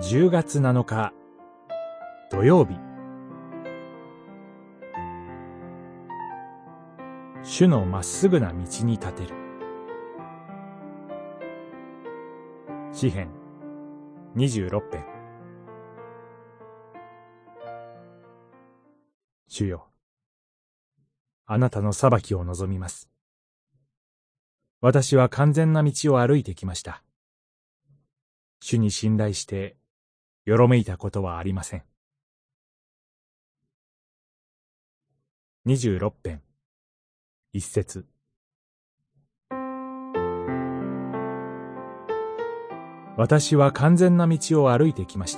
10月7日土曜日。主のまっすぐな道に立てる。詩編26編。主よ、あなたの裁きを望みます。私は完全な道を歩いてきました。主に信頼してよろめいたことはありません。26編1節。私は完全な道を歩いてきました。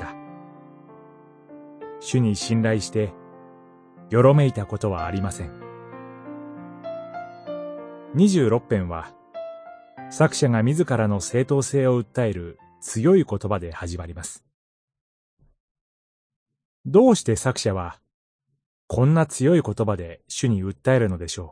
主に信頼してよろめいたことはありません。26編は作者が自らの正当性を訴える強い言葉で始まります。どうして作者はこんな強い言葉で主に訴えるのでしょ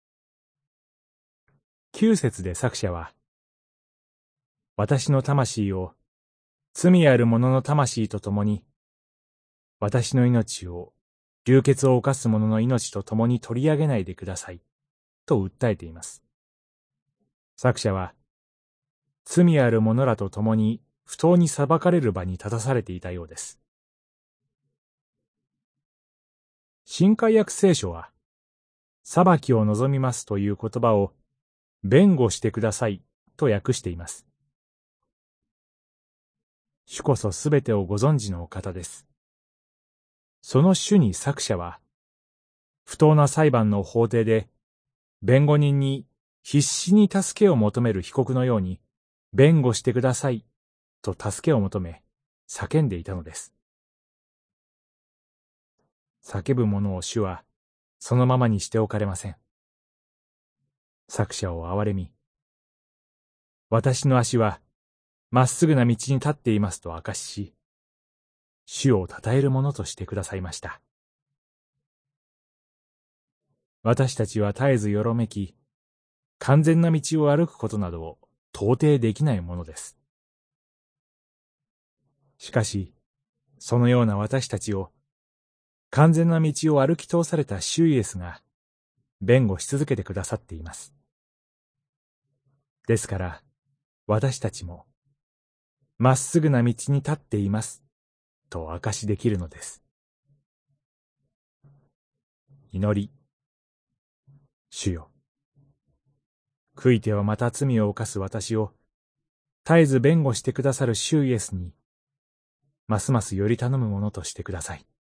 う。9節で作者は、私の魂を罪ある者の魂と共に、私の命を流血を犯す者の命と共に取り上げないでください、と訴えています。作者は、罪ある者らと共に不当に裁かれる場に立たされていたようです。新海訳聖書は、裁きを望みますという言葉を、弁護してくださいと訳しています。主こそすべてをご存知のお方です。その主に作者は、不当な裁判の法廷で、弁護人に必死に助けを求める被告のように、弁護してくださいと助けを求め、叫んでいたのです。叫ぶ者を主は、そのままにしておかれません。作者を憐れみ、私の足はまっすぐな道に立っていますと証しし、主を称えるものとしてくださいました。私たちは絶えずよろめき、完全な道を歩くことなどを到底できないものです。しかし、そのような私たちを、完全な道を歩き通された主イエスが、弁護し続けてくださっています。ですから、私たちも、まっすぐな道に立っています、と証しできるのです。祈り。主よ、悔いてはまた罪を犯す私を、絶えず弁護してくださる主イエスに、ますますより頼むものとしてください。